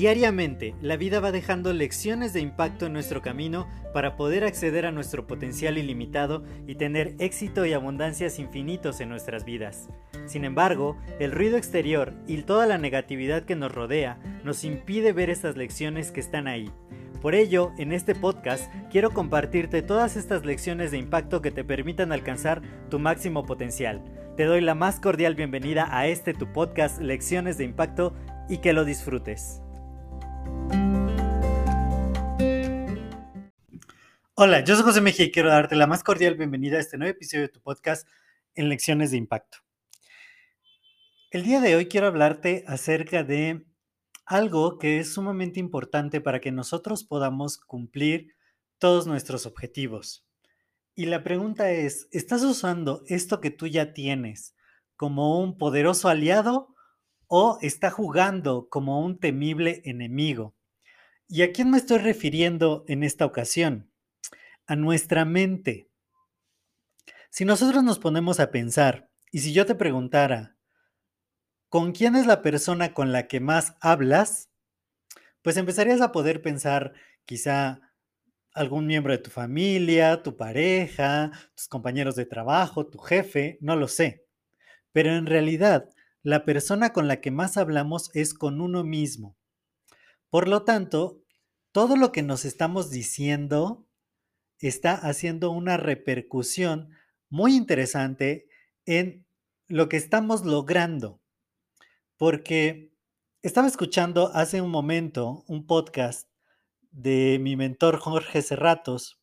Diariamente, la vida va dejando lecciones de impacto en nuestro camino para poder acceder a nuestro potencial ilimitado y tener éxito y abundancias infinitos en nuestras vidas. Sin embargo, el ruido exterior y toda la negatividad que nos rodea nos impide ver estas lecciones que están ahí. Por ello, en este podcast quiero compartirte todas estas lecciones de impacto que te permitan alcanzar tu máximo potencial. Te doy la más cordial bienvenida a tu podcast Lecciones de Impacto y que lo disfrutes. Hola, yo soy José Mejía y quiero darte la más cordial bienvenida a este nuevo episodio de tu podcast en Lecciones de Impacto. El día de hoy quiero hablarte acerca de algo que es sumamente importante para que nosotros podamos cumplir todos nuestros objetivos. Y la pregunta es, ¿estás usando esto que tú ya tienes como un poderoso aliado o está jugando como un temible enemigo? ¿Y a quién me estoy refiriendo en esta ocasión? A nuestra mente. Si nosotros nos ponemos a pensar, y si yo te preguntara, ¿con quién es la persona con la que más hablas? Pues empezarías a poder pensar quizá algún miembro de tu familia, tu pareja, tus compañeros de trabajo, tu jefe, no lo sé. Pero en realidad, la persona con la que más hablamos es con uno mismo. Por lo tanto, todo lo que nos estamos diciendo está haciendo una repercusión muy interesante en lo que estamos logrando. Porque estaba escuchando hace un momento un podcast de mi mentor Jorge Serratos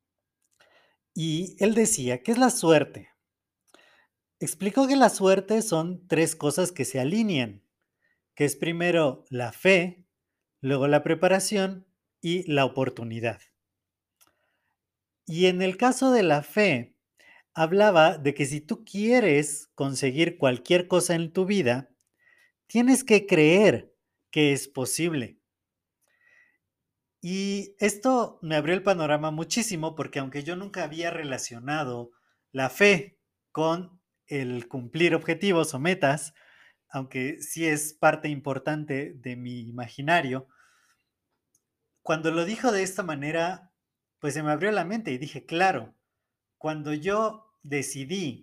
y él decía, ¿qué es la suerte? Explicó que la suerte son tres cosas que se alinean, que es primero la fe, luego la preparación y la oportunidad. Y en el caso de la fe, hablaba de que si tú quieres conseguir cualquier cosa en tu vida, tienes que creer que es posible. Y esto me abrió el panorama muchísimo porque aunque yo nunca había relacionado la fe con el cumplir objetivos o metas, aunque sí es parte importante de mi imaginario, cuando lo dijo de esta manera, pues se me abrió la mente y dije, claro, cuando yo decidí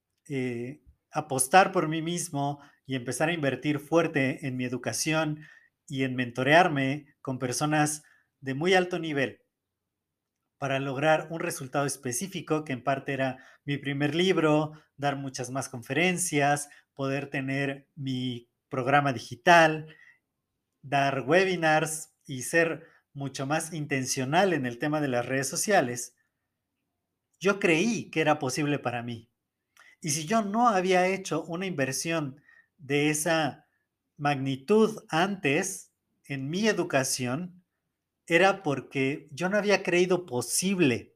apostar por mí mismo y empezar a invertir fuerte en mi educación y en mentorearme con personas de muy alto nivel para lograr un resultado específico que en parte era mi primer libro, dar muchas más conferencias, poder tener mi programa digital, dar webinars y ser mucho más intencional en el tema de las redes sociales, yo creí que era posible para mí. Y si yo no había hecho una inversión de esa magnitud antes en mi educación, era porque yo no había creído posible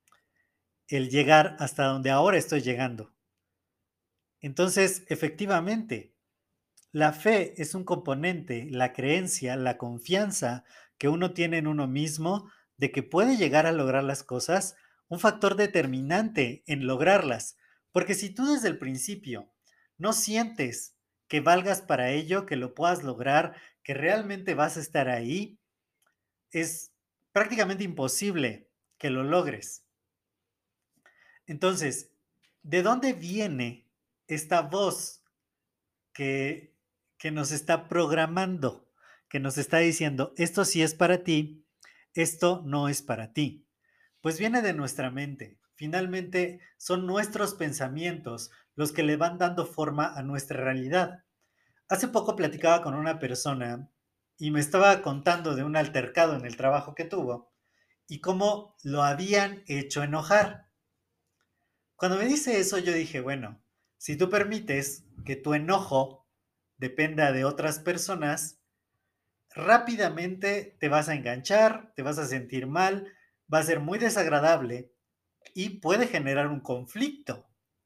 el llegar hasta donde ahora estoy llegando. Entonces, efectivamente, la fe es un componente, la creencia, la confianza que uno tiene en uno mismo de que puede llegar a lograr las cosas, un factor determinante en lograrlas. Porque si tú desde el principio no sientes que valgas para ello, que lo puedas lograr, que realmente vas a estar ahí, es prácticamente imposible que lo logres. Entonces, ¿de dónde viene esta voz que, que nos está programando, que nos está diciendo, esto sí es para ti, esto no es para ti? Pues viene de nuestra mente. Finalmente, son nuestros pensamientos los que le van dando forma a nuestra realidad. Hace poco platicaba con una persona y me estaba contando de un altercado en el trabajo que tuvo y cómo lo habían hecho enojar. Cuando me dice eso, yo dije, bueno, si tú permites que tu enojo dependa de otras personas, rápidamente te vas a enganchar, te vas a sentir mal, va a ser muy desagradable y puede generar un conflicto.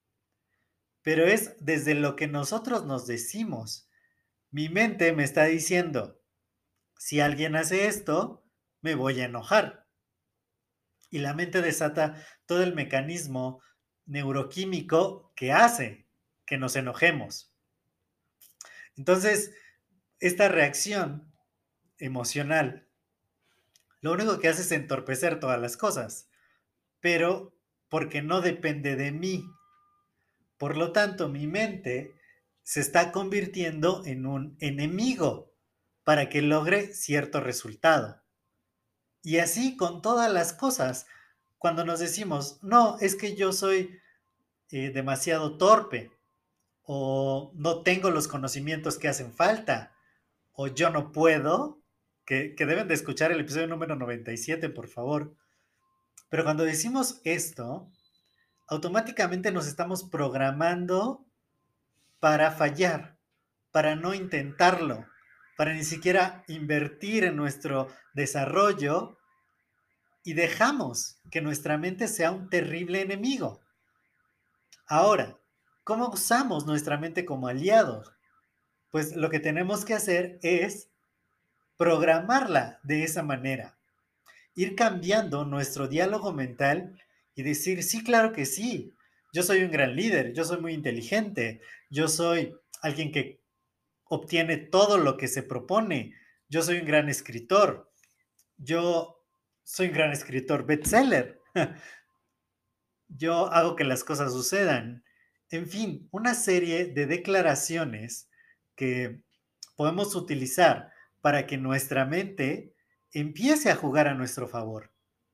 Pero es desde lo que nosotros nos decimos. Mi mente me está diciendo, si alguien hace esto, me voy a enojar. Y la mente desata todo el mecanismo neuroquímico que hace que nos enojemos. Entonces, esta reacción emocional, lo único que hace es entorpecer todas las cosas, pero porque no depende de mí. Por lo tanto, mi mente se está convirtiendo en un enemigo para que logre cierto resultado. Y así con todas las cosas. Cuando nos decimos, no, es que yo soy demasiado torpe, o no tengo los conocimientos que hacen falta, o yo no puedo, que deben de escuchar el episodio número 97, por favor. Pero cuando decimos esto, automáticamente nos estamos programando para fallar, para no intentarlo, para ni siquiera invertir en nuestro desarrollo y dejamos que nuestra mente sea un terrible enemigo. Ahora, ¿cómo usamos nuestra mente como aliados? Pues lo que tenemos que hacer es programarla de esa manera, ir cambiando nuestro diálogo mental y decir, sí, claro que sí, yo soy un gran líder, yo soy muy inteligente, yo soy alguien que obtiene todo lo que se propone, yo soy un gran escritor, yo soy un gran escritor bestseller, yo hago que las cosas sucedan. En fin, una serie de declaraciones que podemos utilizar para que nuestra mente empiece a jugar a nuestro favor.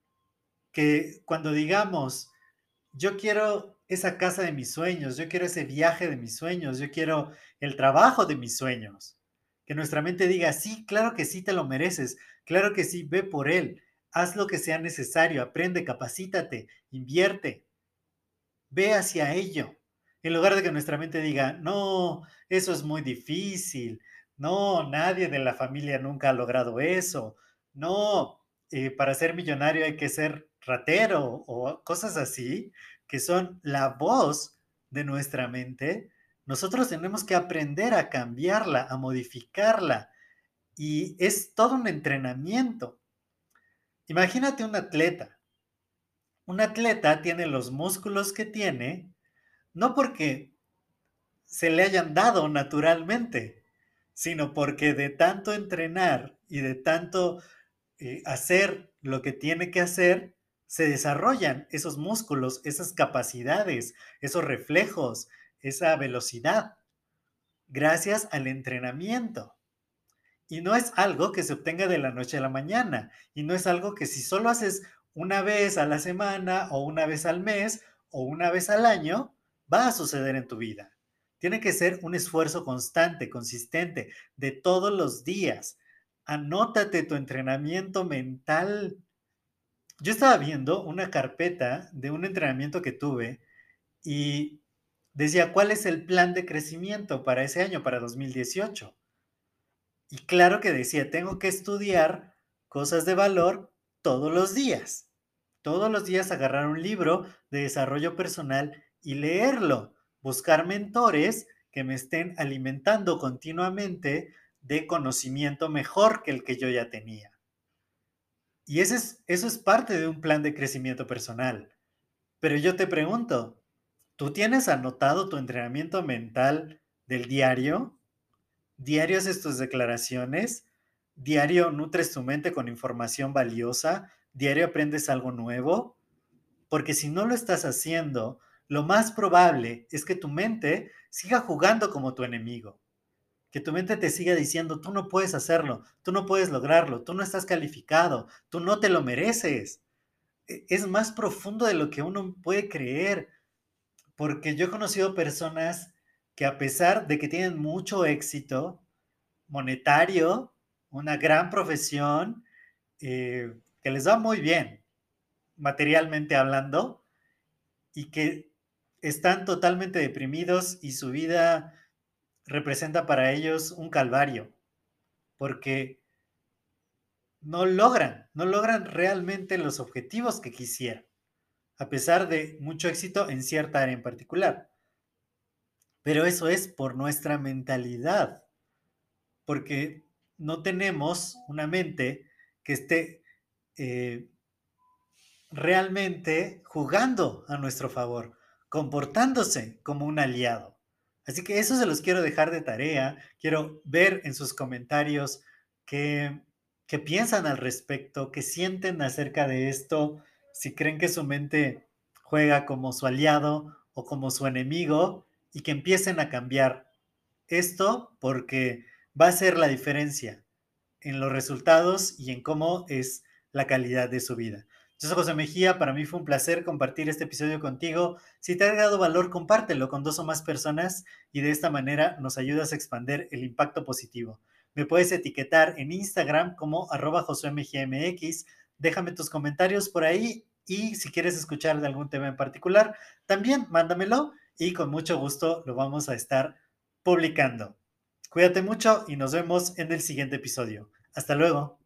Que cuando digamos, yo quiero esa casa de mis sueños, yo quiero ese viaje de mis sueños, yo quiero el trabajo de mis sueños, que nuestra mente diga, sí, claro que sí te lo mereces, claro que sí, ve por él, haz lo que sea necesario, aprende, capacítate, invierte, ve hacia ello. En lugar de que nuestra mente diga, no, eso es muy difícil, no, nadie de la familia nunca ha logrado eso, no, para ser millonario hay que ser ratero o cosas así, que son la voz de nuestra mente, nosotros tenemos que aprender a cambiarla, a modificarla, y es todo un entrenamiento. Imagínate un atleta. Un atleta tiene los músculos que tiene no porque se le hayan dado naturalmente, sino porque de tanto entrenar y de tanto hacer lo que tiene que hacer, se desarrollan esos músculos, esas capacidades, esos reflejos, esa velocidad, gracias al entrenamiento. Y no es algo que se obtenga de la noche a la mañana, y no es algo que si solo haces una vez a la semana o una vez al mes o una vez al año, va a suceder en tu vida. Tiene que ser un esfuerzo constante, consistente, de todos los días. Anótate tu entrenamiento mental. Yo estaba viendo una carpeta de un entrenamiento que tuve y decía, ¿cuál es el plan de crecimiento para ese año, para 2018? Y claro que decía, tengo que estudiar cosas de valor todos los días. Todos los días agarrar un libro de desarrollo personal y leerlo. Buscar mentores que me estén alimentando continuamente de conocimiento mejor que el que yo ya tenía. Y eso es parte de un plan de crecimiento personal. Pero yo te pregunto, ¿tú tienes anotado tu entrenamiento mental del diario? ¿Diario haces tus declaraciones? ¿Diario nutres tu mente con información valiosa? ¿Diario aprendes algo nuevo? Porque si no lo estás haciendo, lo más probable es que tu mente siga jugando como tu enemigo. Que tu mente te siga diciendo, tú no puedes hacerlo, tú no puedes lograrlo, tú no estás calificado, tú no te lo mereces. Es más profundo de lo que uno puede creer, porque yo he conocido personas que a pesar de que tienen mucho éxito, monetario, una gran profesión, que les va muy bien, materialmente hablando, y que están totalmente deprimidos y su vida representa para ellos un calvario, porque no logran realmente los objetivos que quisieran, a pesar de mucho éxito en cierta área en particular. Pero eso es por nuestra mentalidad, porque no tenemos una mente que esté eh, realmente jugando a nuestro favor, comportándose como un aliado. Así que eso se los quiero dejar de tarea. Quiero ver en sus comentarios qué, qué piensan al respecto, qué sienten acerca de esto, si creen que su mente juega como su aliado o como su enemigo y que empiecen a cambiar esto porque va a ser la diferencia en los resultados y en cómo es la calidad de su vida. Yo soy José Mejía, para mí fue un placer compartir este episodio contigo. Si te ha dado valor, compártelo con 2 o más personas y de esta manera nos ayudas a expandir el impacto positivo. Me puedes etiquetar en Instagram como @josuemgmx, déjame tus comentarios por ahí y si quieres escuchar de algún tema en particular, también mándamelo y con mucho gusto lo vamos a estar publicando. Cuídate mucho y nos vemos en el siguiente episodio. Hasta luego.